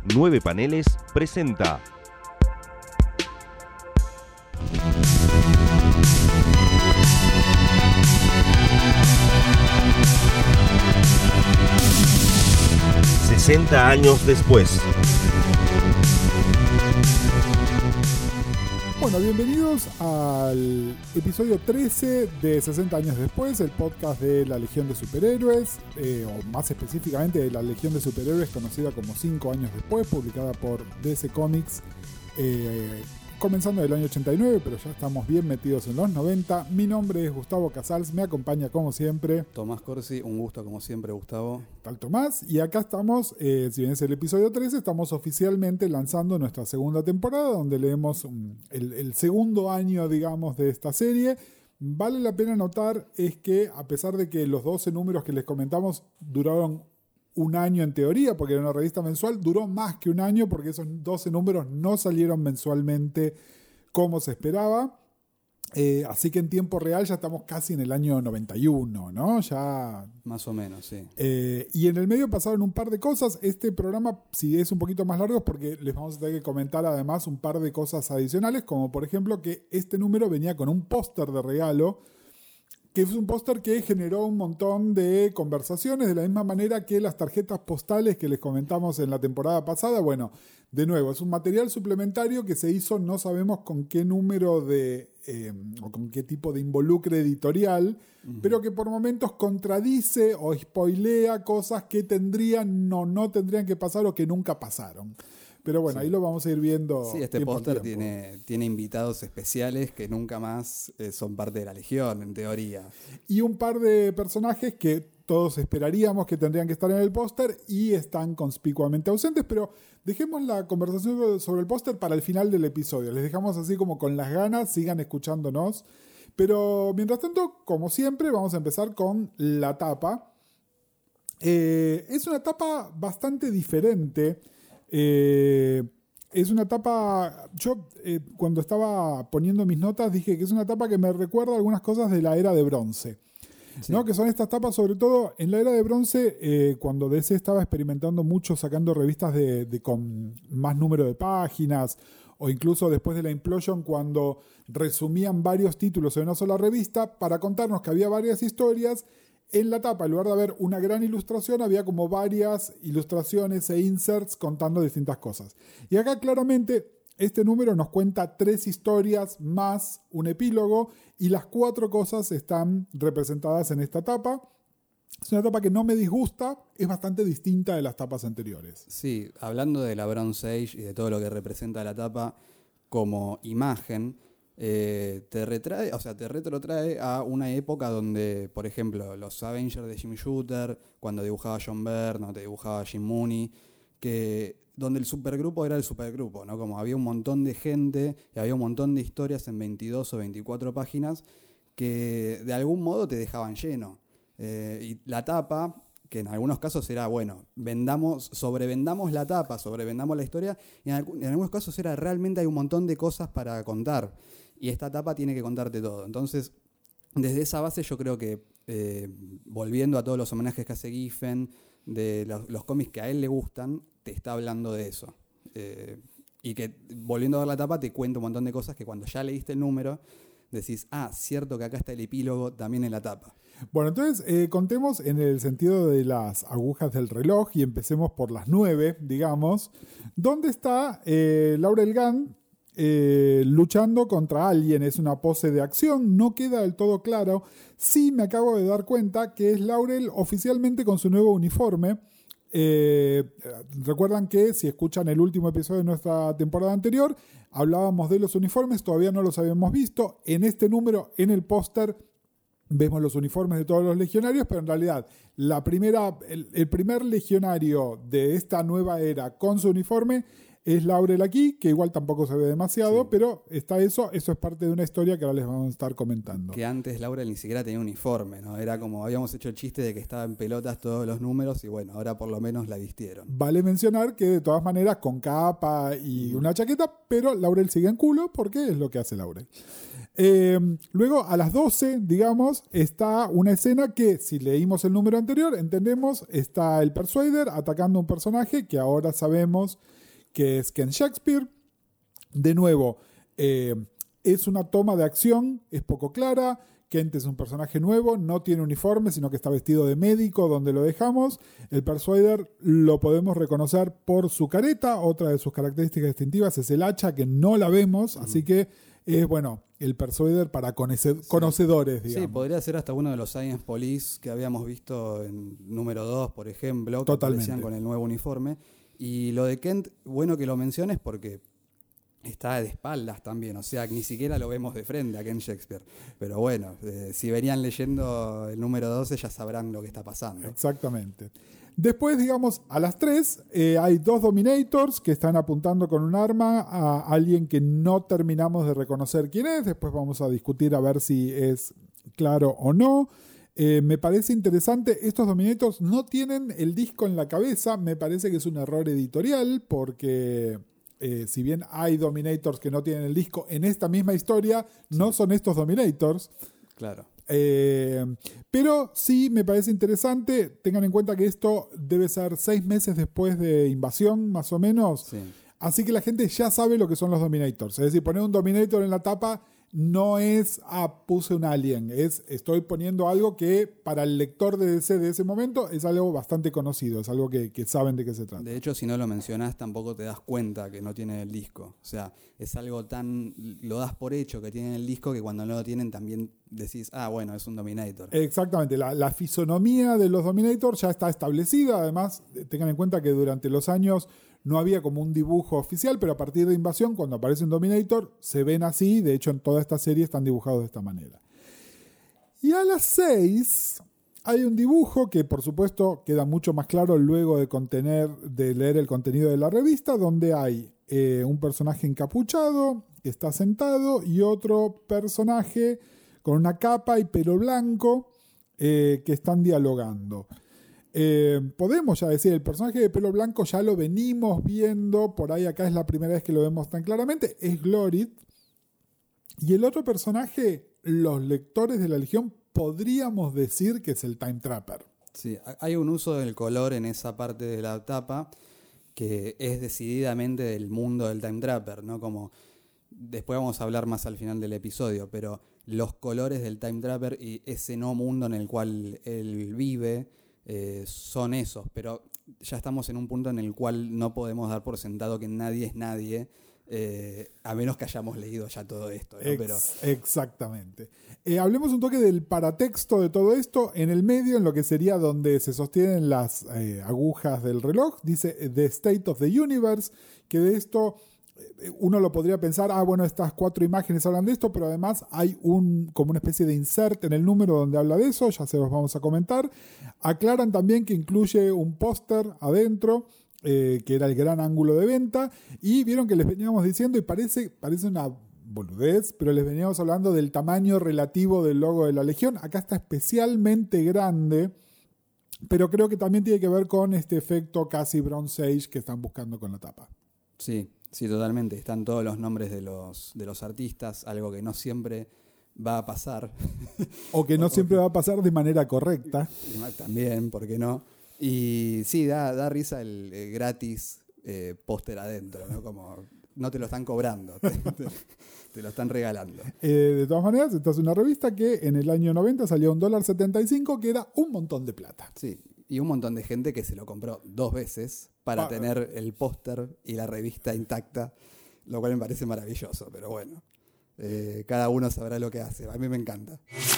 9 Paneles presenta ...60 años después. Bueno, bienvenidos al episodio 13 de 60 años después, el podcast de la Legión de Superhéroes, o más específicamente de la Legión de Superhéroes conocida como 5 años después, publicada por DC Comics, comenzando del año 89, pero ya estamos bien metidos en los 90. Mi nombre es Gustavo Casals, me acompaña como siempre Tomás Corsi, un gusto como siempre, Gustavo. Tal Tomás, y acá estamos, si bien es el episodio 13, estamos oficialmente lanzando nuestra segunda temporada, donde leemos el segundo año, digamos, de esta serie. Vale la pena notar es que, a pesar de que los 12 números que les comentamos duraron un año en teoría, porque era una revista mensual, duró más que un año, porque esos 12 números no salieron mensualmente como se esperaba. Así que en tiempo real ya estamos casi en el año 91, ¿no? Ya más o menos, sí. Y en el medio pasaron un par de cosas. Este programa, si es un poquito más largo, es porque les vamos a tener que comentar además un par de cosas adicionales, como por ejemplo que este número venía con un póster de regalo, que es un póster que generó un montón de conversaciones, de la misma manera que las tarjetas postales que les comentamos en la temporada pasada. Bueno, de nuevo, es un material suplementario que se hizo, no sabemos con qué número o con qué tipo de involucre editorial, pero que por momentos contradice o spoilea cosas que tendrían o no tendrían que pasar o que nunca pasaron. Pero bueno, sí, ahí lo vamos a ir viendo. Sí, este póster tiene invitados especiales que nunca más son parte de la Legión, en teoría. Y un par de personajes que todos esperaríamos que tendrían que estar en el póster y están conspicuamente ausentes, pero dejemos la conversación sobre el póster para el final del episodio. Les dejamos así como con las ganas, sigan escuchándonos. Pero mientras tanto, como siempre, vamos a empezar con la tapa. Es una tapa bastante diferente. Es una tapa, yo cuando estaba poniendo mis notas dije que es una tapa que me recuerda algunas cosas de la era de bronce, sí, ¿no? Que son estas tapas, sobre todo en la era de bronce, cuando DC estaba experimentando mucho sacando revistas con más número de páginas, o incluso después de la Implosion, cuando resumían varios títulos en una sola revista para contarnos que había varias historias. En la tapa, en lugar de haber una gran ilustración, había como varias ilustraciones e inserts contando distintas cosas. Y acá claramente este número nos cuenta 3 historias más un epílogo y las 4 cosas están representadas en esta tapa. Es una tapa que no me disgusta, es bastante distinta de las tapas anteriores. Sí, hablando de la Bronze Age y de todo lo que representa la tapa como imagen, te retrotrae a una época donde, por ejemplo, los Avengers de Jim Shooter, cuando dibujaba John Byrne o te dibujaba Jim Mooney, donde el supergrupo era el supergrupo, ¿no? Como había un montón de gente y había un montón de historias en 22 o 24 páginas que de algún modo te dejaban lleno. Y la tapa, que en algunos casos era, bueno, sobrevendamos la tapa, sobrevendamos la historia, y en algunos casos era realmente hay un montón de cosas para contar. Y esta tapa tiene que contarte todo. Entonces, desde esa base yo creo que, volviendo a todos los homenajes que hace Giffen, de los cómics que a él le gustan, te está hablando de eso. Y que volviendo a ver la tapa te cuenta un montón de cosas que cuando ya leíste el número, decís, cierto que acá está el epílogo también en la tapa. Bueno, entonces contemos en el sentido de las agujas del reloj y empecemos por las 9, digamos. ¿Dónde está Laurel Gunn? Luchando contra alguien? Es una pose de acción, no queda del todo claro. Sí me acabo de dar cuenta que es Laurel oficialmente con su nuevo uniforme. Recuerdan que si escuchan el último episodio de nuestra temporada anterior, hablábamos de los uniformes, todavía no los habíamos visto. En este número, en el póster, vemos los uniformes de todos los legionarios, pero en realidad el primer legionario de esta nueva era con su uniforme es Laurel aquí, que igual tampoco se ve demasiado, sí, pero está eso es parte de una historia que ahora les vamos a estar comentando. Que antes Laurel ni siquiera tenía uniforme, ¿no? Era como, habíamos hecho el chiste de que estaba en pelotas todos los números y bueno, ahora por lo menos la vistieron. Vale mencionar que de todas maneras con capa y una chaqueta, pero Laurel sigue en culo porque es lo que hace Laurel. Luego, a las 12, digamos, está una escena que, si leímos el número anterior, entendemos, está el Persuader atacando a un personaje que ahora sabemos que es Kent Shakespeare. De nuevo, es una toma de acción, es poco clara. Kent es un personaje nuevo, no tiene uniforme, sino que está vestido de médico donde lo dejamos. El Persuader lo podemos reconocer por su careta. Otra de sus características distintivas es el hacha, que no la vemos, así que es, bueno, el Persuader para conocedores, digamos. Sí, podría ser hasta uno de los Science Police que habíamos visto en número 2, por ejemplo, que Totalmente. aparecían con el nuevo uniforme. Y lo de Kent, bueno que lo menciones porque está de espaldas también, o sea, ni siquiera lo vemos de frente a Kent Shakespeare. Pero bueno, si venían leyendo el número 12 ya sabrán lo que está pasando. Exactamente. Después, digamos, a las 3 hay 2 Dominators que están apuntando con un arma a alguien que no terminamos de reconocer quién es. Después vamos a discutir a ver si es claro o no. Me parece interesante, estos Dominators no tienen el disco en la cabeza. Me parece que es un error editorial porque si bien hay Dominators que no tienen el disco en esta misma historia, no son estos Dominators. Claro. Pero sí me parece interesante. Tengan en cuenta que esto debe ser 6 meses después de Invasión, más o menos. Sí. Así que la gente ya sabe lo que son los Dominators. Es decir, poner un Dominator en la tapa no es, puse un alien. Estoy poniendo algo que para el lector de DC de ese momento es algo bastante conocido. Es algo que saben de qué se trata. De hecho, si no lo mencionás, tampoco te das cuenta que no tiene el disco. O sea, es algo tan... Lo das por hecho que tienen el disco que cuando no lo tienen también decís, bueno, es un Dominator. Exactamente. La fisonomía de los Dominators ya está establecida. Además, tengan en cuenta que durante los años no había como un dibujo oficial, pero a partir de Invasión, cuando aparece un Dominator, se ven así. De hecho, en toda esta serie están dibujados de esta manera. Y a las 6 hay un dibujo que, por supuesto, queda mucho más claro luego de leer el contenido de la revista, donde hay un personaje encapuchado que está sentado y otro personaje con una capa y pelo blanco que están dialogando. Podemos ya decir, el personaje de pelo blanco ya lo venimos viendo, por ahí acá es la primera vez que lo vemos tan claramente, es Glorit. Y el otro personaje, los lectores de la Legión, podríamos decir que es el Time Trapper. Sí, hay un uso del color en esa parte de la tapa que es decididamente del mundo del Time Trapper, ¿no? Como después vamos a hablar más al final del episodio, pero los colores del Time Trapper y ese no mundo en el cual él vive son esos, pero ya estamos en un punto en el cual no podemos dar por sentado que nadie es nadie, a menos que hayamos leído ya todo esto, ¿no? Pero exactamente. Hablemos un toque del paratexto de todo esto. En el medio, en lo que sería donde se sostienen las agujas del reloj, dice The State of the Universe, que de esto uno lo podría pensar, bueno, estas 4 imágenes hablan de esto, pero además hay como una especie de insert en el número donde habla de eso, ya se los vamos a comentar. Aclaran también que incluye un póster adentro, que era el gran ángulo de venta, y vieron que les veníamos diciendo, y parece una boludez, pero les veníamos hablando del tamaño relativo del logo de la Legión. Acá está especialmente grande, pero creo que también tiene que ver con este efecto casi Bronze Age que están buscando con la tapa. sí, totalmente. Están todos los nombres de los artistas, algo que no siempre va a pasar. O que no siempre va a pasar de manera correcta. También, ¿por qué no? Y sí, da risa el gratis póster adentro, ¿no? Como no te lo están cobrando, te lo están regalando. De todas maneras, esta es una revista que en el año 90 salió a $1.75, que era un montón de plata. Sí, y un montón de gente que se lo compró 2 veces para tener el póster y la revista intacta, lo cual me parece maravilloso, pero bueno, cada uno sabrá lo que hace. A mí me encanta.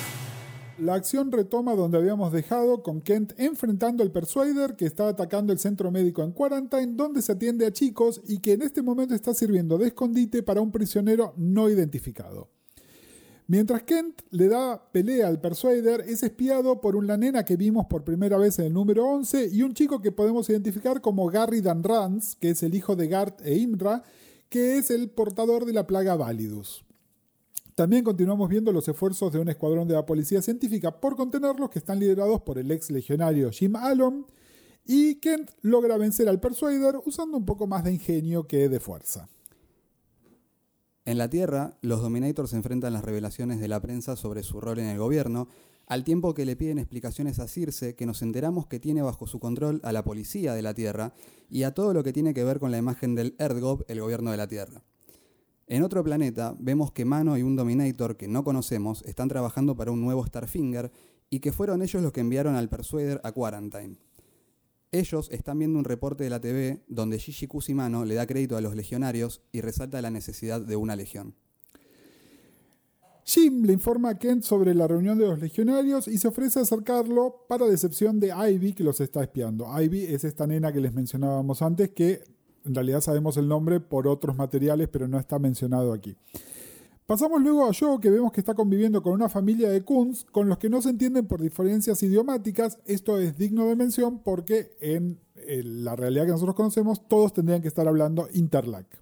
La acción retoma donde habíamos dejado, con Kent enfrentando al Persuader que está atacando el centro médico en Quarantine, donde se atiende a chicos y que en este momento está sirviendo de escondite para un prisionero no identificado. Mientras Kent le da pelea al Persuader, es espiado por una nena que vimos por primera vez en el número 11 y un chico que podemos identificar como Garry Dan Rance, que es el hijo de Gart e Imra, que es el portador de la plaga Validus. También continuamos viendo los esfuerzos de un escuadrón de la policía científica por contenerlos, que están liderados por el ex legionario Jim Allen, y Kent logra vencer al Persuader usando un poco más de ingenio que de fuerza. En la Tierra, los Dominators enfrentan las revelaciones de la prensa sobre su rol en el gobierno, al tiempo que le piden explicaciones a Circe, que nos enteramos que tiene bajo su control a la policía de la Tierra y a todo lo que tiene que ver con la imagen del EarthGov, el gobierno de la Tierra. En otro planeta, vemos que Mano y un Dominator que no conocemos están trabajando para un nuevo Starfinger y que fueron ellos los que enviaron al Persuader a Quarantine. Ellos están viendo un reporte de la TV donde Gigi Cusimano le da crédito a los legionarios y resalta la necesidad de una legión. Jim le informa a Kent sobre la reunión de los legionarios y se ofrece a acercarlo para decepción de Ivy, que los está espiando. Ivy es esta nena que les mencionábamos antes, que en realidad sabemos el nombre por otros materiales, pero no está mencionado aquí. Pasamos luego a Joe, que vemos que está conviviendo con una familia de Kunz con los que no se entienden por diferencias idiomáticas. Esto es digno de mención porque en la realidad que nosotros conocemos todos tendrían que estar hablando Interlac.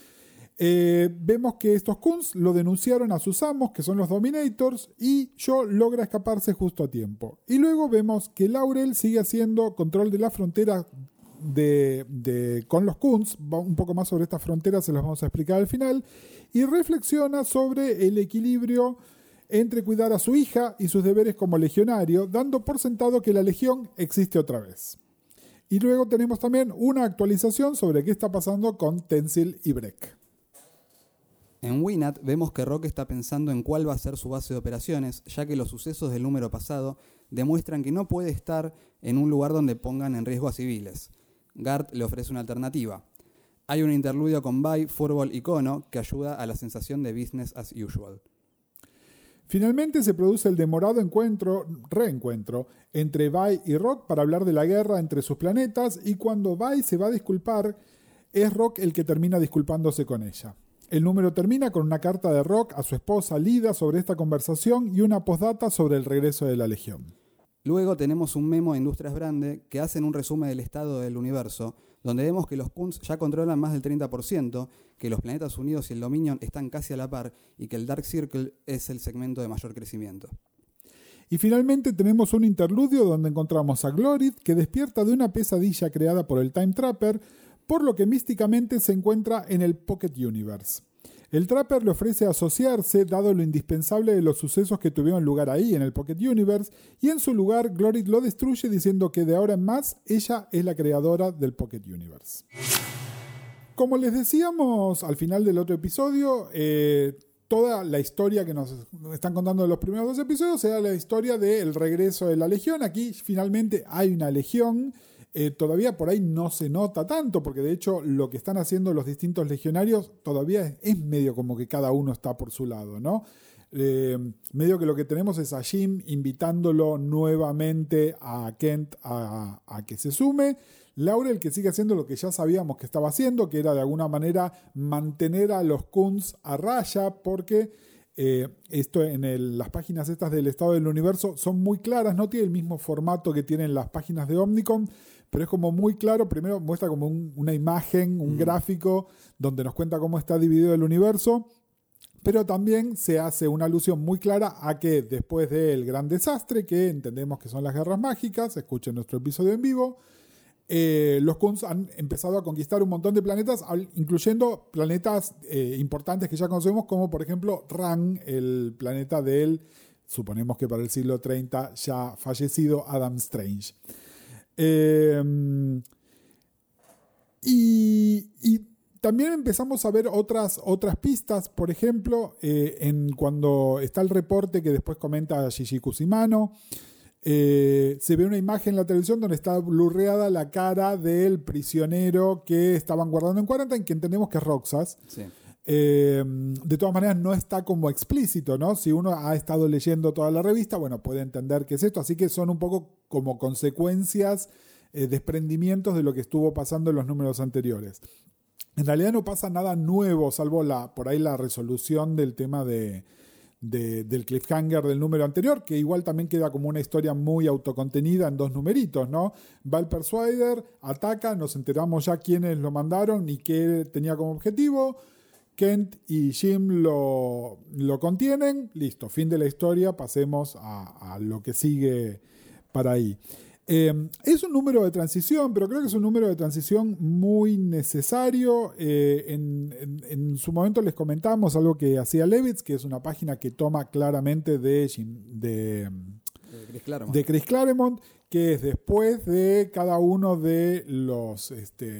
Vemos que estos Kunz lo denunciaron a sus amos, que son los Dominators, y Joe logra escaparse justo a tiempo. Y luego vemos que Laurel sigue haciendo control de la frontera con los Kunz. Un poco más sobre esta frontera se los vamos a explicar al final, y reflexiona sobre el equilibrio entre cuidar a su hija y sus deberes como legionario, dando por sentado que la legión existe otra vez. Y luego tenemos también una actualización sobre qué está pasando con Tenzil y Breck. En Winat vemos que Rock está pensando en cuál va a ser su base de operaciones, ya que los sucesos del número pasado demuestran que no puede estar en un lugar donde pongan en riesgo a civiles. Gart le ofrece una alternativa. Hay un interludio con Vi, Furball y Kono que ayuda a la sensación de business as usual. Finalmente se produce el demorado reencuentro entre Vi y Rock para hablar de la guerra entre sus planetas, y cuando Vi se va a disculpar, es Rock el que termina disculpándose con ella. El número termina con una carta de Rock a su esposa Lida sobre esta conversación y una postdata sobre el regreso de la Legión. Luego tenemos un memo de Industrias Brande que hacen un resumen del estado del universo, donde vemos que los Kunz ya controlan más del 30%, que los planetas unidos y el Dominion están casi a la par y que el Dark Circle es el segmento de mayor crecimiento. Y finalmente tenemos un interludio donde encontramos a Glorith, que despierta de una pesadilla creada por el Time Trapper, por lo que místicamente se encuentra en el Pocket Universe. El Trapper le ofrece asociarse, dado lo indispensable de los sucesos que tuvieron lugar ahí en el Pocket Universe, y en su lugar Glorith lo destruye diciendo que de ahora en más ella es la creadora del Pocket Universe. Como les decíamos al final del otro episodio, toda la historia que nos están contando de los primeros 2 episodios será la historia del regreso de la Legión. Aquí finalmente hay una Legión. Todavía por ahí no se nota tanto, porque de hecho lo que están haciendo los distintos legionarios todavía es medio como que cada uno está por su lado, ¿no? Medio que lo que tenemos es a Jim invitándolo nuevamente a Kent a que se sume. Laurel, que sigue haciendo lo que ya sabíamos que estaba haciendo, que era de alguna manera mantener a los Kunz a raya, porque esto las páginas estas del estado del universo son muy claras, no tiene el mismo formato que tienen las páginas de Omnicom, pero es como muy claro. Primero muestra como una imagen, un gráfico donde nos cuenta cómo está dividido el universo, pero también se hace una alusión muy clara a que después del gran desastre, que entendemos que son las guerras mágicas, escuchen nuestro episodio en vivo, los Kunz han empezado a conquistar un montón de planetas, incluyendo planetas importantes que ya conocemos, como por ejemplo Ran, el planeta del, suponemos que para el siglo 30 ya fallecido, Adam Strange. Y también empezamos a ver otras pistas, por ejemplo, cuando está el reporte que después comenta Gigi Cusimano, se ve una imagen en la televisión donde está blurreada la cara del prisionero que estaban guardando en Quarantine, que entendemos que es Roxas. Sí. De todas maneras no está como explícito, ¿no? Si uno ha estado leyendo toda la revista, bueno, puede entender qué es esto, así que son un poco como consecuencias, desprendimientos de lo que estuvo pasando en los números anteriores. En realidad no pasa nada nuevo, salvo por ahí la resolución del tema del cliffhanger del número anterior, que igual también queda como una historia muy autocontenida en 2 numeritos, ¿no? Va el Persuader, ataca, nos enteramos ya quiénes lo mandaron y qué tenía como objetivo. Kent y Jim lo contienen, listo, fin de la historia, pasemos a lo que sigue para ahí. Es un número de transición, pero creo que es un número de transición muy necesario. En su momento les comentamos algo que hacía Levitz, que es una página que toma claramente de Chris Claremont, que es después de cada uno de los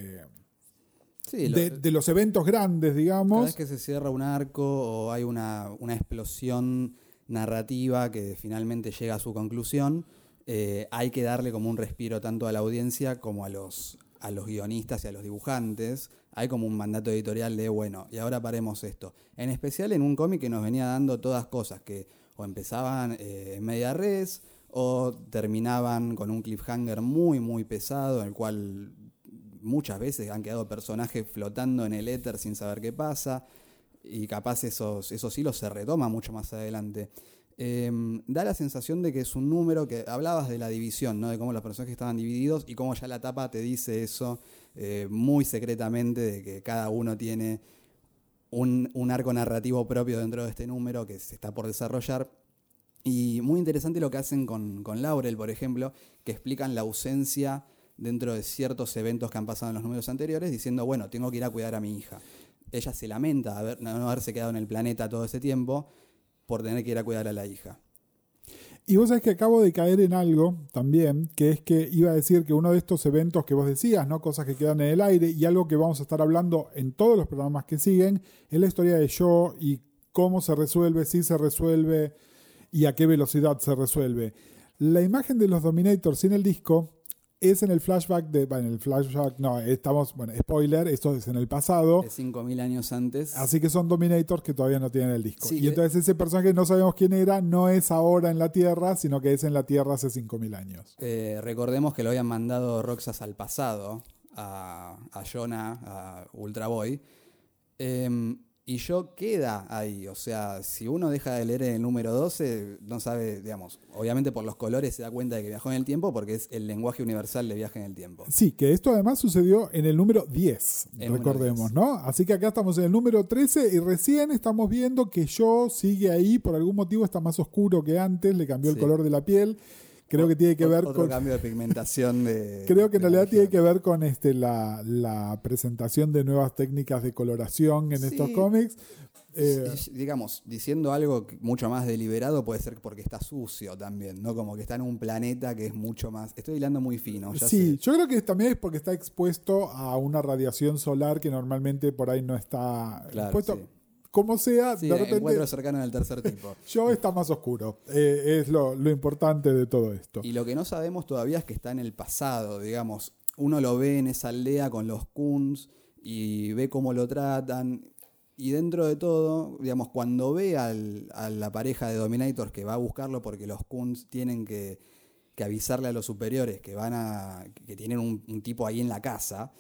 de los eventos grandes, digamos. Cada vez que se cierra un arco o hay una explosión narrativa que finalmente llega a su conclusión, hay que darle como un respiro tanto a la audiencia como a los guionistas y a los dibujantes. Hay como un mandato editorial de, bueno, y ahora paremos esto. En especial en un cómic que nos venía dando todas cosas que o empezaban en media res o terminaban con un cliffhanger muy, muy pesado, en el cual muchas veces han quedado personajes flotando en el éter sin saber qué pasa, y capaz esos hilos se retoman mucho más adelante. Da la sensación de que es un número que hablabas de la división, ¿no? De cómo los personajes estaban divididos y cómo ya la tapa te dice eso muy secretamente, de que cada uno tiene un arco narrativo propio dentro de este número que se está por desarrollar. Y muy interesante lo que hacen con Laurel, por ejemplo, que explican la ausencia dentro de ciertos eventos que han pasado en los números anteriores, diciendo, bueno, tengo que ir a cuidar a mi hija. Ella se lamenta no haberse quedado en el planeta todo ese tiempo por tener que ir a cuidar a la hija. Y vos sabés que acabo de caer en algo también, que es que iba a decir que uno de estos eventos que vos decías, ¿no? Cosas que quedan en el aire, y algo que vamos a estar hablando en todos los programas que siguen, es la historia de Joe y cómo se resuelve, si se resuelve y a qué velocidad se resuelve. La imagen de los Dominators sin el disco es en el flashback spoiler, esto es en el pasado. Es 5.000 años antes. Así que son Dominators que todavía no tienen el disco. Sí, y entonces ese personaje que no sabemos quién era, no es ahora en la Tierra, sino que es en la Tierra hace 5.000 años. Recordemos que lo habían mandado Roxas al pasado, a Jonah, a Ultra Boy. Y Joe queda ahí, o sea, si uno deja de leer en el número 12, no sabe, digamos, obviamente por los colores se da cuenta de que viajó en el tiempo porque es el lenguaje universal de viaje en el tiempo. Sí, que esto además sucedió en el número 10, recordemos, ¿no? Así que acá estamos en el número 13 y recién estamos viendo que Joe sigue ahí, por algún motivo está más oscuro que antes, le cambió el color de la piel. Creo que tiene que ver otro con cambio de pigmentación creo que en realidad tiene que ver con la presentación de nuevas técnicas de coloración en estos cómics. Digamos, diciendo algo mucho más deliberado puede ser porque está sucio también, ¿no? Como que está en un planeta que es mucho más... Estoy hilando muy fino, ya sé. Yo creo que también es porque está expuesto a una radiación solar que normalmente por ahí no está expuesto. Sí. Como sea, sí, de repente... encuentro cercano del tercer tipo. Joe está más oscuro. Es lo importante de todo esto. Y lo que no sabemos todavía es que está en el pasado, digamos. Uno lo ve en esa aldea con los Khunds y ve cómo lo tratan. Y dentro de todo, digamos, cuando ve a la pareja de Dominators que va a buscarlo porque los Khunds tienen que avisarle a los superiores que tienen un tipo ahí en la casa...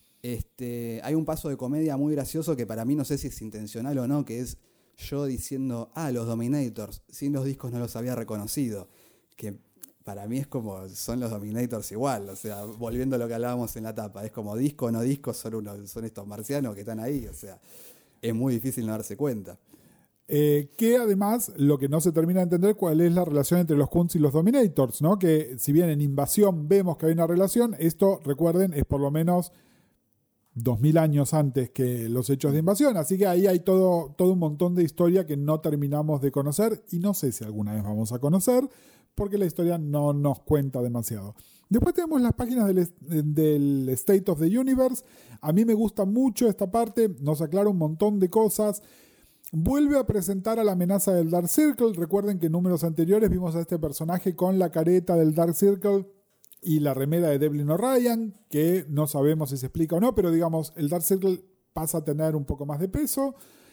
hay un paso de comedia muy gracioso que para mí no sé si es intencional o no, que es yo diciendo, los Dominators, sin los discos no los había reconocido, que para mí es como, son los Dominators igual, o sea, volviendo a lo que hablábamos en la tapa, es como disco o no disco, son estos marcianos que están ahí, o sea, es muy difícil no darse cuenta. Que además lo que no se termina de entender cuál es la relación entre los Khunds y los Dominators, ¿no? Que si bien en Invasión vemos que hay una relación, esto, recuerden, es por lo menos 2000 años antes que los hechos de Invasión, así que ahí hay todo un montón de historia que no terminamos de conocer y no sé si alguna vez vamos a conocer porque la historia no nos cuenta demasiado. Después tenemos las páginas del State of the Universe. A mí me gusta mucho esta parte, nos aclara un montón de cosas. Vuelve a presentar a la amenaza del Dark Circle. Recuerden que en números anteriores vimos a este personaje con la careta del Dark Circle y la remera de Devlin O'Ryan, que no sabemos si se explica o no, pero digamos, el Dark Circle pasa a tener un poco más de peso.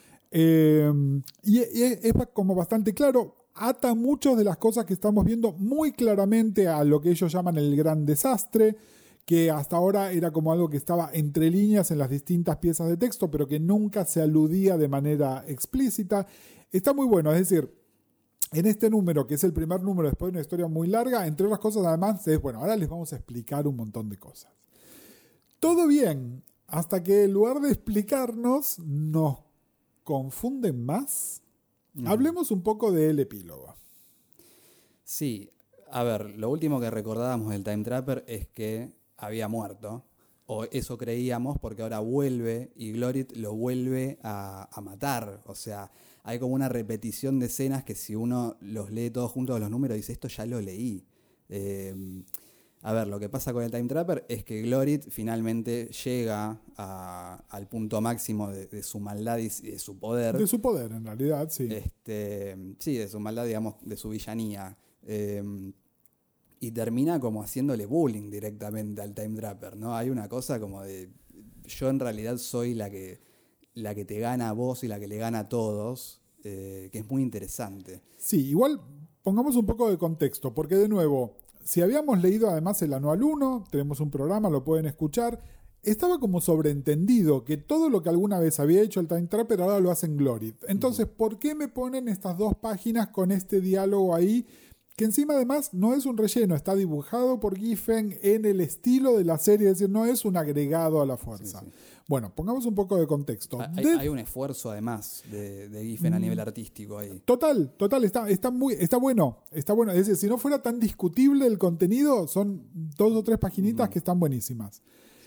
Y es como bastante claro, ata muchas de las cosas que estamos viendo muy claramente a lo que ellos llaman el gran desastre, que hasta ahora era como algo que estaba entre líneas en las distintas piezas de texto, pero que nunca se aludía de manera explícita. Está muy bueno, es decir, en este número, que es el primer número después de una historia muy larga, entre otras cosas además es, bueno, ahora les vamos a explicar un montón de cosas. Todo bien, hasta que en lugar de explicarnos, nos confunden más. Hablemos un poco del epílogo. Sí, A ver, lo último que recordábamos del Time Trapper es que había muerto, o eso creíamos, porque ahora vuelve y Glorit lo vuelve a matar. O sea, hay como una repetición de escenas que si uno los lee todos juntos los números, dice, esto ya lo leí. A ver, lo que pasa con el Time Trapper es que Glorit finalmente llega al punto máximo de su maldad y de su poder. De su poder, en realidad, sí. Sí, de su maldad, digamos, de su villanía. Y termina como haciéndole bullying directamente al Time Trapper, ¿no? Hay una cosa como de, yo en realidad soy la que te gana a vos y la que le gana a todos, que es muy interesante. Sí, igual pongamos un poco de contexto, porque de nuevo, si habíamos leído además el Anual 1, tenemos un programa, lo pueden escuchar, estaba como sobreentendido que todo lo que alguna vez había hecho el Time Trapper ahora lo hacen Glorit. Entonces, ¿por qué me ponen estas 2 páginas con este diálogo ahí? Que encima además no es un relleno, está dibujado por Giffen en el estilo de la serie, es decir, no es un agregado a la fuerza. Sí, sí. Bueno, pongamos un poco de contexto. Hay un esfuerzo además de Giffen a nivel artístico ahí. Total, está bueno. Es decir, si no fuera tan discutible el contenido, son 2 o 3 paginitas que están buenísimas.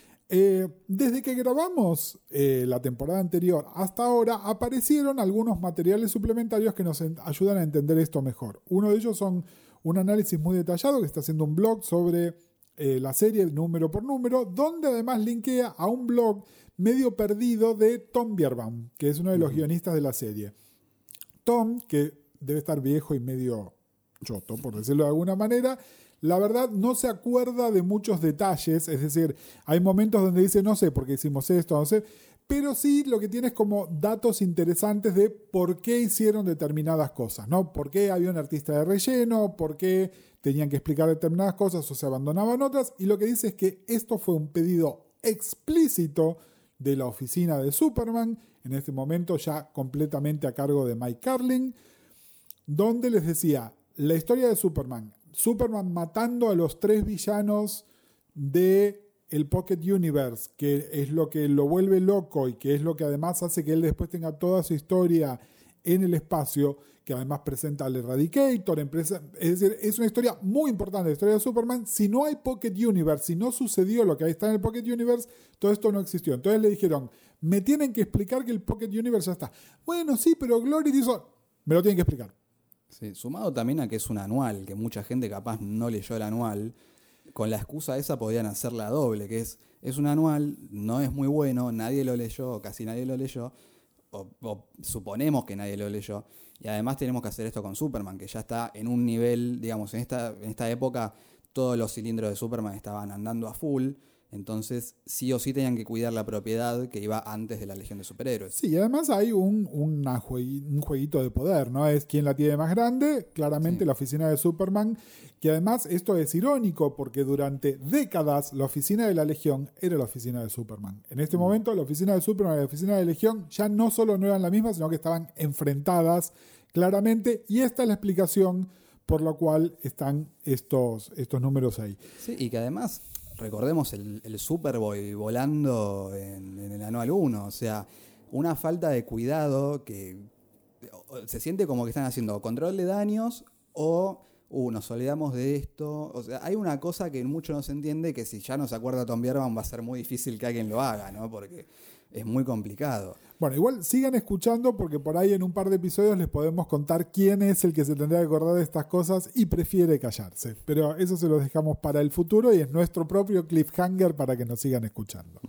Desde que grabamos la temporada anterior hasta ahora, aparecieron algunos materiales suplementarios que nos ayudan a entender esto mejor. Uno de ellos son un análisis muy detallado que está haciendo un blog sobre la serie número por número, donde además linkea a un blog medio perdido de Tom Bierbaum, que es uno de los guionistas de la serie. Tom, que debe estar viejo y medio choto, por decirlo de alguna manera, la verdad no se acuerda de muchos detalles, es decir, hay momentos donde dice no sé por qué hicimos esto, no sé, pero sí lo que tiene es como datos interesantes de por qué hicieron determinadas cosas, ¿no? Por qué había un artista de relleno, por qué tenían que explicar determinadas cosas o se abandonaban otras, y lo que dice es que esto fue un pedido explícito de la oficina de Superman, en este momento ya completamente a cargo de Mike Carlin, donde les decía, la historia de Superman matando a los 3 villanos de el Pocket Universe, que es lo que lo vuelve loco y que es lo que además hace que él después tenga toda su historia en el espacio, que además presenta al Eradicator, es decir, es una historia muy importante, la historia de Superman. Si no hay Pocket Universe, si no sucedió lo que ahí está en el Pocket Universe, todo esto no existió. Entonces le dijeron, me tienen que explicar que el Pocket Universe ya está. Bueno, sí, pero Glory hizo, me lo tienen que explicar. Sí, sumado también a que es un anual, que mucha gente capaz no leyó el anual, con la excusa esa podían hacer la doble, que es un anual, no es muy bueno, nadie lo leyó, casi nadie lo leyó, o suponemos que nadie lo leyó, y además tenemos que hacer esto con Superman, que ya está en un nivel, digamos, en esta época todos los cilindros de Superman estaban andando a full, entonces sí o sí tenían que cuidar la propiedad que iba antes de la Legión de Superhéroes. Sí, y además hay un jueguito de poder, ¿no? Es quien la tiene más grande, claramente sí. La oficina de Superman, que además esto es irónico porque durante décadas la oficina de la Legión era la oficina de Superman. En este momento la oficina de Superman y la oficina de Legión ya no solo no eran la misma, sino que estaban enfrentadas claramente, y esta es la explicación por la cual están estos números ahí. Sí, y que además recordemos el Superboy volando en el Anual 1, o sea, una falta de cuidado que se siente como que están haciendo control de daños o nos olvidamos de esto. O sea, hay una cosa que mucho no se entiende, que si ya no se acuerda Tom Bierbaum va a ser muy difícil que alguien lo haga, ¿no? Porque es muy complicado. Bueno, igual sigan escuchando porque por ahí en un par de episodios les podemos contar quién es el que se tendría que acordar de estas cosas y prefiere callarse. Pero eso se lo dejamos para el futuro y es nuestro propio cliffhanger para que nos sigan escuchando.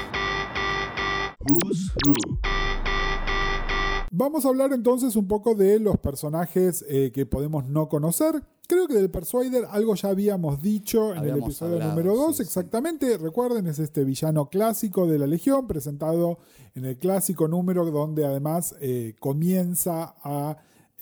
Who's Who. Vamos a hablar entonces un poco de los personajes que podemos no conocer. Creo que del Persuader algo ya habíamos dicho en el episodio número 2, sí, exactamente. Sí. Recuerden, es este villano clásico de la Legión, presentado en el clásico número donde además comienza a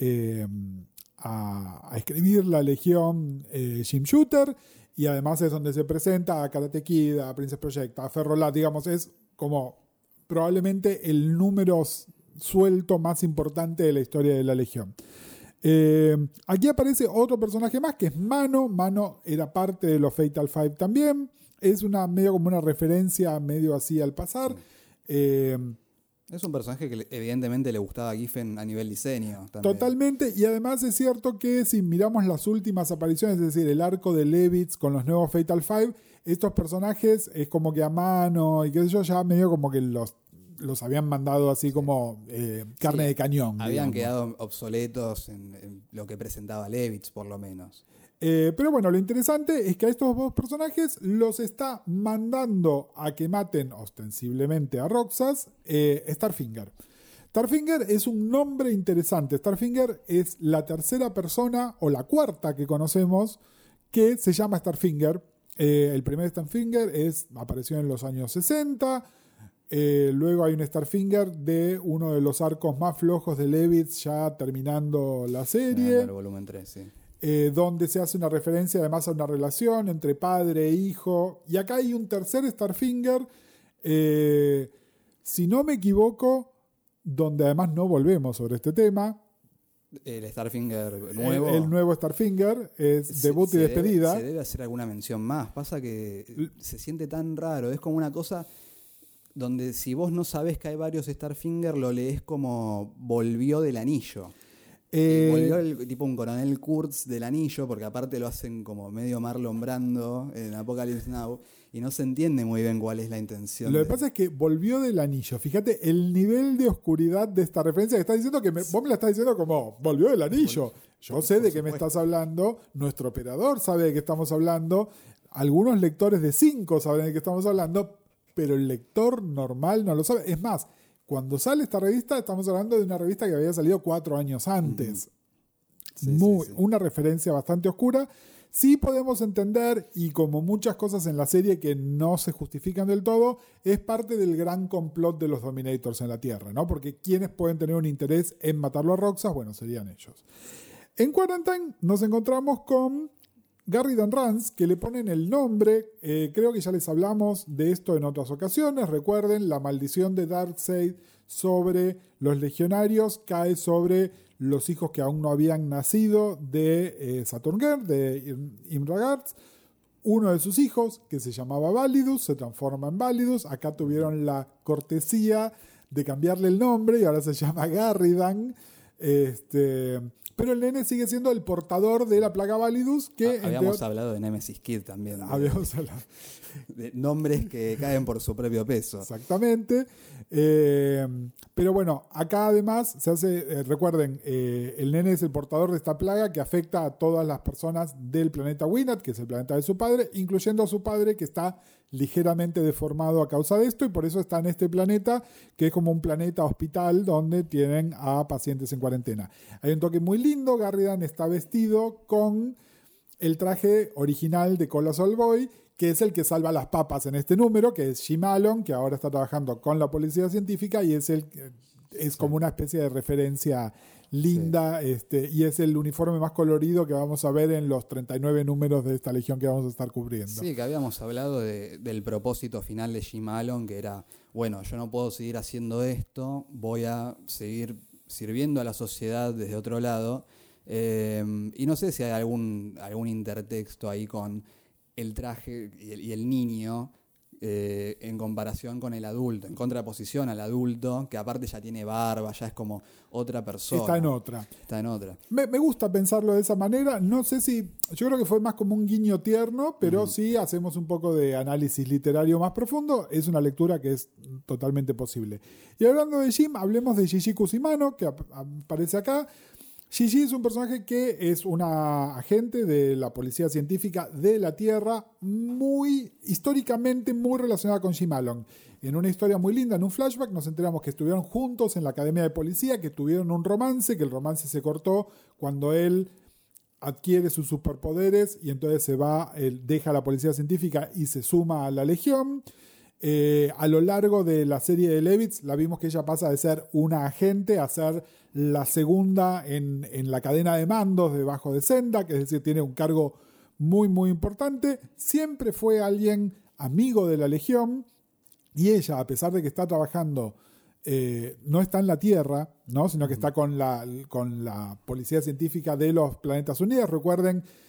escribir la Legión Jim Shooter, y además es donde se presenta a Karate Kid, a Princess Project, a Ferrolat, digamos, es como probablemente el número suelto más importante de la historia de la Legión. Aquí aparece otro personaje más que es Mano. Mano era parte de los Fatal Five también. Es medio como una referencia medio así al pasar. Es un personaje que evidentemente le gustaba a Giffen a nivel diseño. También. Totalmente, y además es cierto que si miramos las últimas apariciones, es decir, el arco de Levitz con los nuevos Fatal Five, estos personajes es como que a mano y qué sé yo, ya medio como que los habían mandado así como carne de cañón. Habían quedado obsoletos en lo que presentaba Levitz, por lo menos. Pero bueno, lo interesante es que a estos dos personajes los está mandando a que maten ostensiblemente a Roxas Starfinger. Starfinger es un nombre interesante. Starfinger es la tercera persona o la cuarta que conocemos que se llama Starfinger. El primer Starfinger apareció en los años 60. Luego hay un Starfinger de uno de los arcos más flojos de Levitz ya terminando la serie. El volumen 3, sí. Donde se hace una referencia además a una relación entre padre e hijo. Y acá hay un tercer Starfinger, si no me equivoco, donde además no volvemos sobre este tema. El Starfinger nuevo. El nuevo Starfinger es debut y despedida. Se debe hacer alguna mención más. Pasa que se siente tan raro. Es como una cosa donde si vos no sabés que hay varios Starfinger, lo lees como volvió del anillo. Volvió tipo un coronel Kurtz del anillo, porque aparte lo hacen como medio Marlon Brando en Apocalypse Now, y no se entiende muy bien cuál es la intención. Lo que pasa es que volvió del anillo. Fíjate el nivel de oscuridad de esta referencia que estás diciendo, que vos me la estás diciendo como volvió del anillo. Yo sé de qué me estás hablando, nuestro operador sabe de qué estamos hablando, algunos lectores de 5 saben de qué estamos hablando, pero el lector normal no lo sabe. Es más, cuando sale esta revista, estamos hablando de una revista que había salido 4 años antes. Sí. Una referencia bastante oscura. Sí podemos entender, y como muchas cosas en la serie que no se justifican del todo, es parte del gran complot de los Dominators en la Tierra, ¿no? Porque quienes pueden tener un interés en matarlo a Roxas, bueno, serían ellos. En Quarantine nos encontramos con Garridan Rance, que le ponen el nombre, creo que ya les hablamos de esto en otras ocasiones. Recuerden, la maldición de Darkseid sobre los legionarios cae sobre los hijos que aún no habían nacido de Saturngern, de Imra-Garz. Uno de sus hijos, que se llamaba Validus, se transforma en Validus. Acá tuvieron la cortesía de cambiarle el nombre y ahora se llama Garridan. Pero el nene sigue siendo el portador de la plaga Validus. Habíamos hablado de Nemesis Kid también. Habíamos hablado. De nombres que caen por su propio peso. Exactamente. Pero bueno, acá además se hace, recuerden, el nene es el portador de esta plaga que afecta a todas las personas del planeta Winat, que es el planeta de su padre, incluyendo a su padre, que está ligeramente deformado a causa de esto, y por eso está en este planeta, que es como un planeta hospital donde tienen a pacientes en cuarentena. Hay un toque muy lindo. Garridan está vestido con el traje original de Colossal Boy, que es el que salva las papas en este número, que es Jim Allen, que ahora está trabajando con la policía científica y es como una especie de referencia linda, y es el uniforme más colorido que vamos a ver en los 39 números de esta legión que vamos a estar cubriendo. Sí, que habíamos hablado del propósito final de Jim Allen, que era, bueno, yo no puedo seguir haciendo esto, voy a seguir sirviendo a la sociedad desde otro lado, y no sé si hay algún intertexto ahí con el traje y el niño en comparación con el adulto, en contraposición al adulto, que aparte ya tiene barba, ya es como otra persona. Está en otra. Me gusta pensarlo de esa manera. No sé si, yo creo que fue más como un guiño tierno, pero si hacemos un poco de análisis literario más profundo, es una lectura que es totalmente posible. Y hablando de Jim, hablemos de Gigi Cusimano, que aparece acá. Gigi es un personaje que es una agente de la policía científica de la Tierra, históricamente muy relacionada con Jim Allen. En una historia muy linda, en un flashback, nos enteramos que estuvieron juntos en la academia de policía, que tuvieron un romance, que el romance se cortó cuando él adquiere sus superpoderes y entonces se va, él deja la policía científica y se suma a la legión. A lo largo de la serie de Levitz la vimos que ella pasa de ser una agente a ser la segunda en la cadena de mandos debajo de Sendak, es decir, tiene un cargo muy muy importante. Siempre fue alguien amigo de la Legión y ella, a pesar de que está trabajando, no está en la Tierra, ¿no? Sino que está con la Policía Científica de los Planetas Unidos. Recuerden,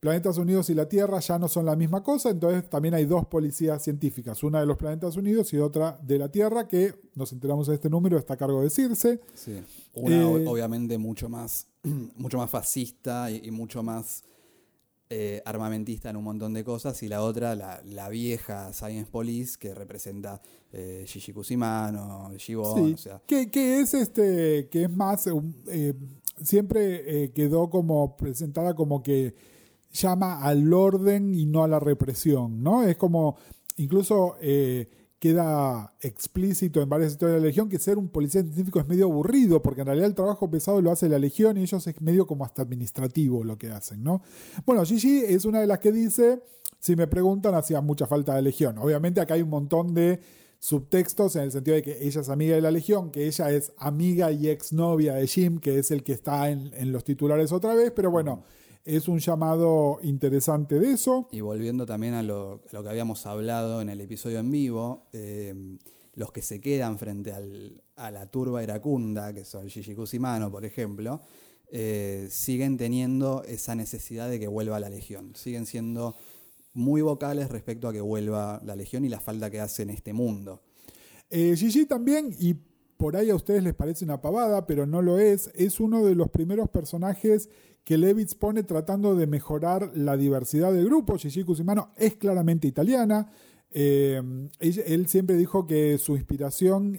Planetas Unidos y la Tierra ya no son la misma cosa, entonces también hay dos policías científicas, una de los Planetas Unidos y otra de la Tierra, que nos enteramos de este número, está a cargo de Circe. Sí. Una obviamente mucho más fascista y mucho más armamentista en un montón de cosas, y la otra, la vieja Science Police, que representa Gigi Cusimano, Gibbon, Sí, o sea. que es más, siempre quedó como presentada como que llama al orden y no a la represión, ¿no? Es como, incluso queda explícito en varias historias de la Legión que ser un policía científico es medio aburrido, porque en realidad el trabajo pesado lo hace la Legión y ellos es medio como hasta administrativo lo que hacen, ¿no? Bueno, Gigi es una de las que dice, si me preguntan, hacía mucha falta de Legión. Obviamente acá hay un montón de subtextos en el sentido de que ella es amiga de la Legión, que ella es amiga y exnovia de Jim, que es el que está en los titulares otra vez, pero bueno, es un llamado interesante de eso. Y volviendo también a lo que habíamos hablado en el episodio en vivo, los que se quedan frente a la turba iracunda, que son Gigi Cusimano, por ejemplo, siguen teniendo esa necesidad de que vuelva la Legión. Siguen siendo muy vocales respecto a que vuelva la Legión y la falta que hace en este mundo. Gigi también, y por ahí a ustedes les parece una pavada, pero no lo es uno de los primeros personajes que Levitz pone tratando de mejorar la diversidad del grupo. Gigi Cusimano es claramente italiana. Él siempre dijo que su inspiración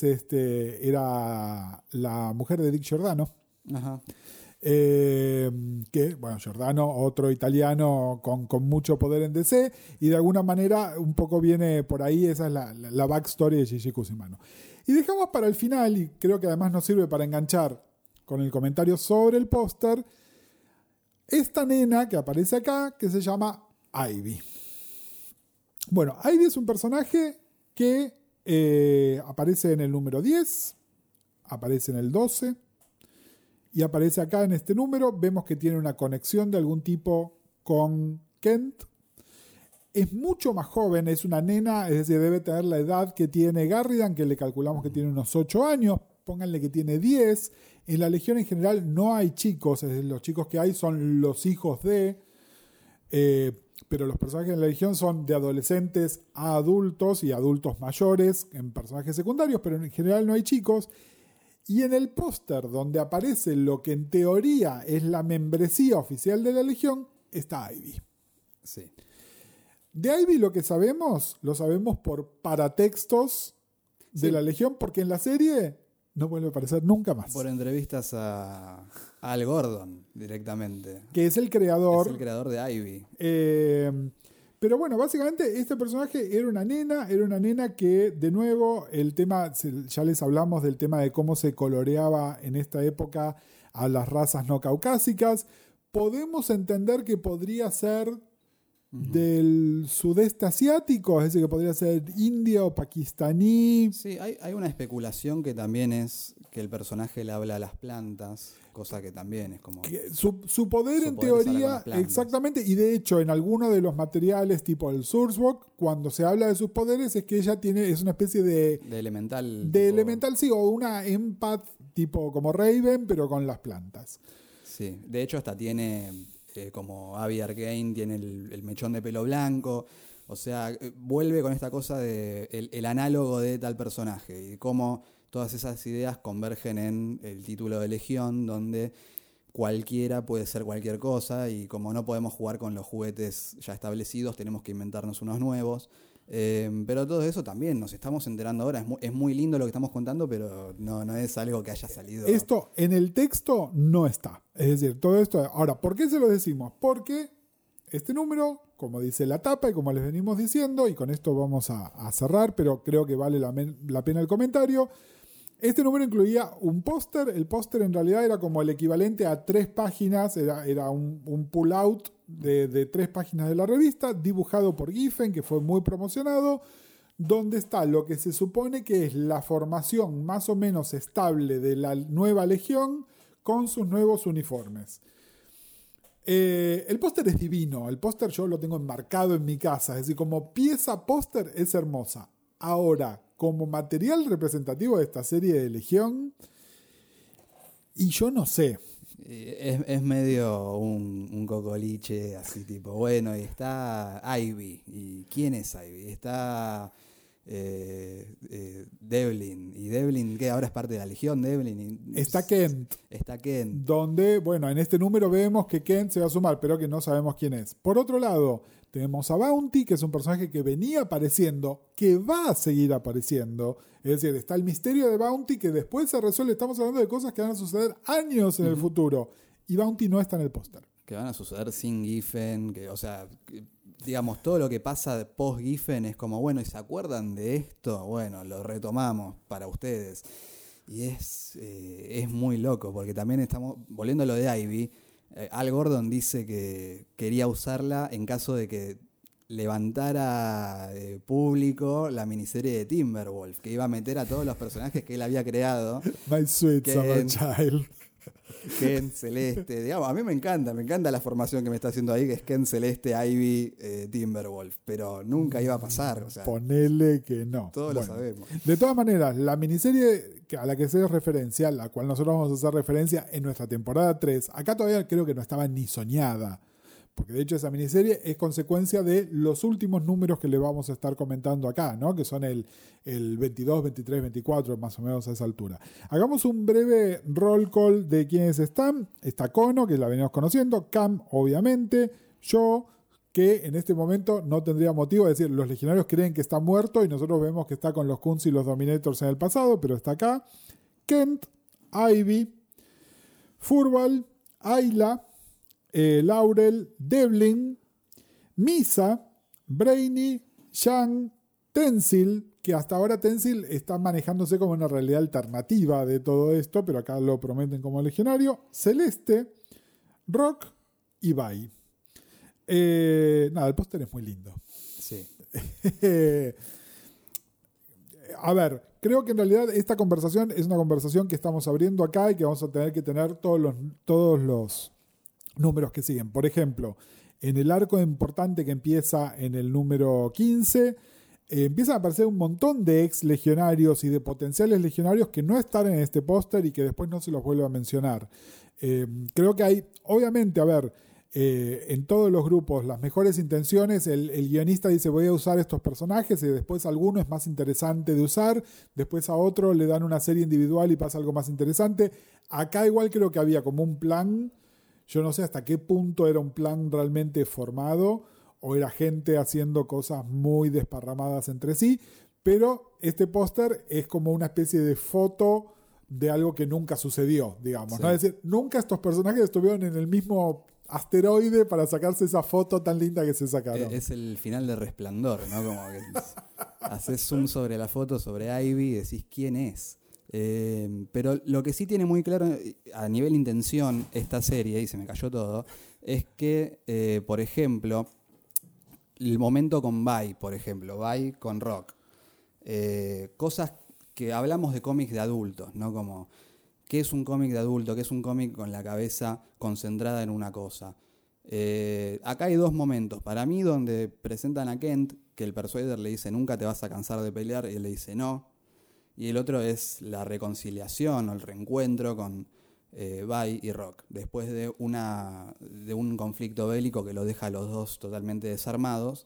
era la mujer de Dick Giordano. Ajá. Que, bueno, Giordano, otro italiano con mucho poder en DC, y de alguna manera un poco viene por ahí, esa es la backstory de Gigi Cusimano. Y dejamos para el final, y creo que además nos sirve para enganchar con el comentario sobre el póster, esta nena que aparece acá, que se llama Ivy. Bueno, Ivy es un personaje que aparece en el número 10, aparece en el 12, y aparece acá en este número. Vemos que tiene una conexión de algún tipo con Kent. Es mucho más joven, es una nena, es decir, debe tener la edad que tiene Garridan, que le calculamos que tiene unos 8 años, pónganle que tiene 10. En la Legión en general no hay chicos, es decir, los chicos que hay son los hijos de, pero los personajes en la Legión son de adolescentes a adultos y adultos mayores en personajes secundarios, pero en general no hay chicos. Y en el póster donde aparece lo que en teoría es la membresía oficial de la Legión, está Ivy. Sí. De Ivy lo sabemos por paratextos de la Legión, porque en la serie no vuelve a aparecer nunca más. Por entrevistas a Al Gordon directamente. Que es el creador. Es el creador de Ivy. Pero bueno, básicamente este personaje era una nena que, de nuevo, el tema, ya les hablamos del tema de cómo se coloreaba en esta época a las razas no caucásicas. Podemos entender que podría ser del sudeste asiático, es decir, que podría ser india o pakistaní. Sí, hay una especulación que también es que el personaje le habla a las plantas, cosa que también es como... Su poder en teoría, exactamente, y de hecho en alguno de los materiales tipo el Source Book, cuando se habla de sus poderes es que ella es una especie de elemental. De elemental, sí, o una empath tipo como Raven, pero con las plantas. Sí, de hecho hasta tiene... como Abby Arkane tiene el mechón de pelo blanco, o sea, vuelve con esta cosa de el análogo de tal personaje y cómo todas esas ideas convergen en el título de Legión, donde cualquiera puede ser cualquier cosa y como no podemos jugar con los juguetes ya establecidos, tenemos que inventarnos unos nuevos. Pero todo eso también nos estamos enterando ahora. Es muy lindo lo que estamos contando, pero no es algo que haya salido. Esto en el texto no está. Es decir, todo esto. Ahora, ¿por qué se lo decimos? Porque este número, como dice la tapa y como les venimos diciendo, y con esto vamos a cerrar, pero creo que vale la pena el comentario. Este número incluía un póster. El póster en realidad era como el equivalente a 3 páginas, era un pull-out de 3 páginas de la revista, dibujado por Giffen, que fue muy promocionado, donde está lo que se supone que es la formación más o menos estable de la nueva Legión con sus nuevos uniformes. El póster es divino, el póster yo lo tengo enmarcado en mi casa, es decir, como pieza póster es hermosa. Ahora, como material representativo de esta serie de Legión, y yo no sé. Es medio un cocoliche, así tipo, bueno, y está Ivy. ¿Y quién es Ivy? Está Devlin. ¿Y Devlin qué? Ahora es parte de la Legión, Devlin. Está Kent. Está Kent. Donde, bueno, en este número vemos que Kent se va a sumar, pero que no sabemos quién es. Por otro lado, tenemos a Bounty, que es un personaje que venía apareciendo, que va a seguir apareciendo. Es decir, está el misterio de Bounty que después se resuelve. Estamos hablando de cosas que van a suceder años en el futuro. Y Bounty no está en el póster. Que van a suceder sin Giffen. Digamos, todo lo que pasa post-Giffen es como, bueno, ¿y se acuerdan de esto? Bueno, lo retomamos para ustedes. Y es muy loco, porque también estamos, volviendo a lo de Ivy, Al Gordon dice que quería usarla en caso de que levantara público la miniserie de Timberwolf, que iba a meter a todos los personajes que él había creado. My sweet summer child. Ken, Celeste, digamos, a mí me encanta la formación que me está haciendo ahí, que es Ken, Celeste, Ivy, Timberwolf, pero nunca iba a pasar. O sea, ponele que no. Todos lo sabemos. De todas maneras, la miniserie a la que se hace referencia, a la cual nosotros vamos a hacer referencia en nuestra temporada 3, acá todavía creo que no estaba ni soñada, porque de hecho esa miniserie es consecuencia de los últimos números que le vamos a estar comentando acá, ¿no? Que son el 22, 23, 24, más o menos a esa altura. Hagamos un breve roll call de quiénes están. Está Kono, que la venimos conociendo, Cam, obviamente, yo, que en este momento no tendría motivo de decir, los legionarios creen que está muerto y nosotros vemos que está con los Khunds y los Dominators en el pasado, pero está acá. Kent, Ivy, Furball, Ayla, Laurel, Devlin, Misa, Brainy, Shang, Tenzil, que hasta ahora Tenzil está manejándose como una realidad alternativa de todo esto, pero acá lo prometen como legionario, Celeste, Rock y Bai. El póster es muy lindo. Sí. A ver, creo que en realidad esta conversación es una conversación que estamos abriendo acá y que vamos a tener que tener todos los números que siguen. Por ejemplo, en el arco importante que empieza en el número 15, empiezan a aparecer un montón de ex legionarios y de potenciales legionarios que no están en este póster y que después no se los vuelvo a mencionar. Creo que hay, obviamente, a ver, en todos los grupos las mejores intenciones, el guionista dice voy a usar estos personajes y después a alguno es más interesante de usar, después a otro le dan una serie individual y pasa algo más interesante. Acá igual creo que había como un plan. Yo no sé hasta qué punto era un plan realmente formado o era gente haciendo cosas muy desparramadas entre sí, pero este póster es como una especie de foto de algo que nunca sucedió, digamos, sí. ¿No? Es decir, nunca estos personajes estuvieron en el mismo asteroide para sacarse esa foto tan linda que se sacaron. Es el final de Resplandor, ¿no? Como que haces zoom sobre la foto, sobre Ivy y decís quién es. Pero lo que sí tiene muy claro a nivel intención esta serie, y se me cayó todo, es que, por ejemplo, el momento con Bai, por ejemplo, Bai con Rock, cosas que hablamos de cómics de adultos, ¿no? Como, ¿qué es un cómic de adulto? ¿Qué es un cómic con la cabeza concentrada en una cosa? Acá hay dos momentos, para mí, donde presentan a Kent, que el Persuader le dice, nunca te vas a cansar de pelear, y él le dice, no. Y el otro es la reconciliación o el reencuentro con Bai y Rock, después de un conflicto bélico que lo deja a los dos totalmente desarmados.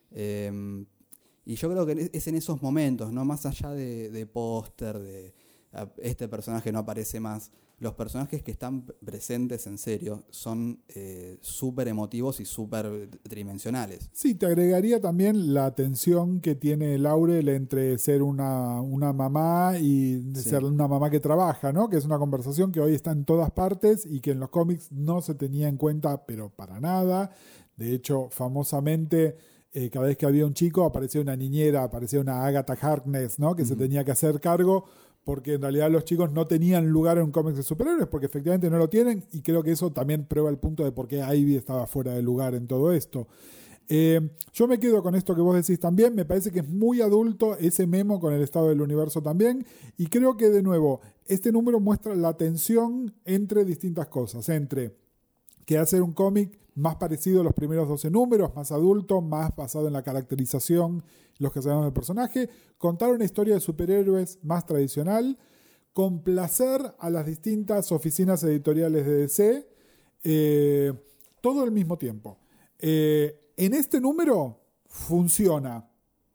Y yo creo que es en esos momentos, ¿no? Más allá de póster, de este personaje no aparece más, los personajes que están presentes en serio son súper emotivos y súper tridimensionales. Sí, te agregaría también la tensión que tiene Laurel entre ser una mamá y ser una mamá que trabaja, ¿no? Que es una conversación que hoy está en todas partes y que en los cómics no se tenía en cuenta, pero para nada. De hecho, famosamente, cada vez que había un chico aparecía una niñera, aparecía una Agatha Harkness, ¿no? Que se tenía que hacer cargo, porque en realidad los chicos no tenían lugar en un cómic de superhéroes, porque efectivamente no lo tienen, y creo que eso también prueba el punto de por qué Ivy estaba fuera de lugar en todo esto. Yo me quedo con esto que vos decís también, me parece que es muy adulto ese memo con el estado del universo también, y creo que de nuevo, este número muestra la tensión entre distintas cosas, entre que hacer un cómic más parecido a los primeros 12 números, más adulto, más basado en la caracterización, los que sabemos del personaje, contar una historia de superhéroes más tradicional, complacer a las distintas oficinas editoriales de DC, todo al mismo tiempo. En este número funciona.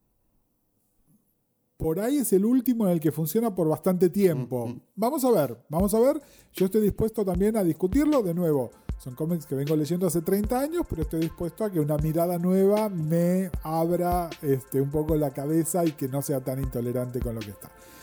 Por ahí es el último en el que funciona por bastante tiempo. Vamos a ver. Yo estoy dispuesto también a discutirlo. De nuevo, son cómics que vengo leyendo hace 30 años, pero estoy dispuesto a que una mirada nueva me abra un poco la cabeza y que no sea tan intolerante con lo que está.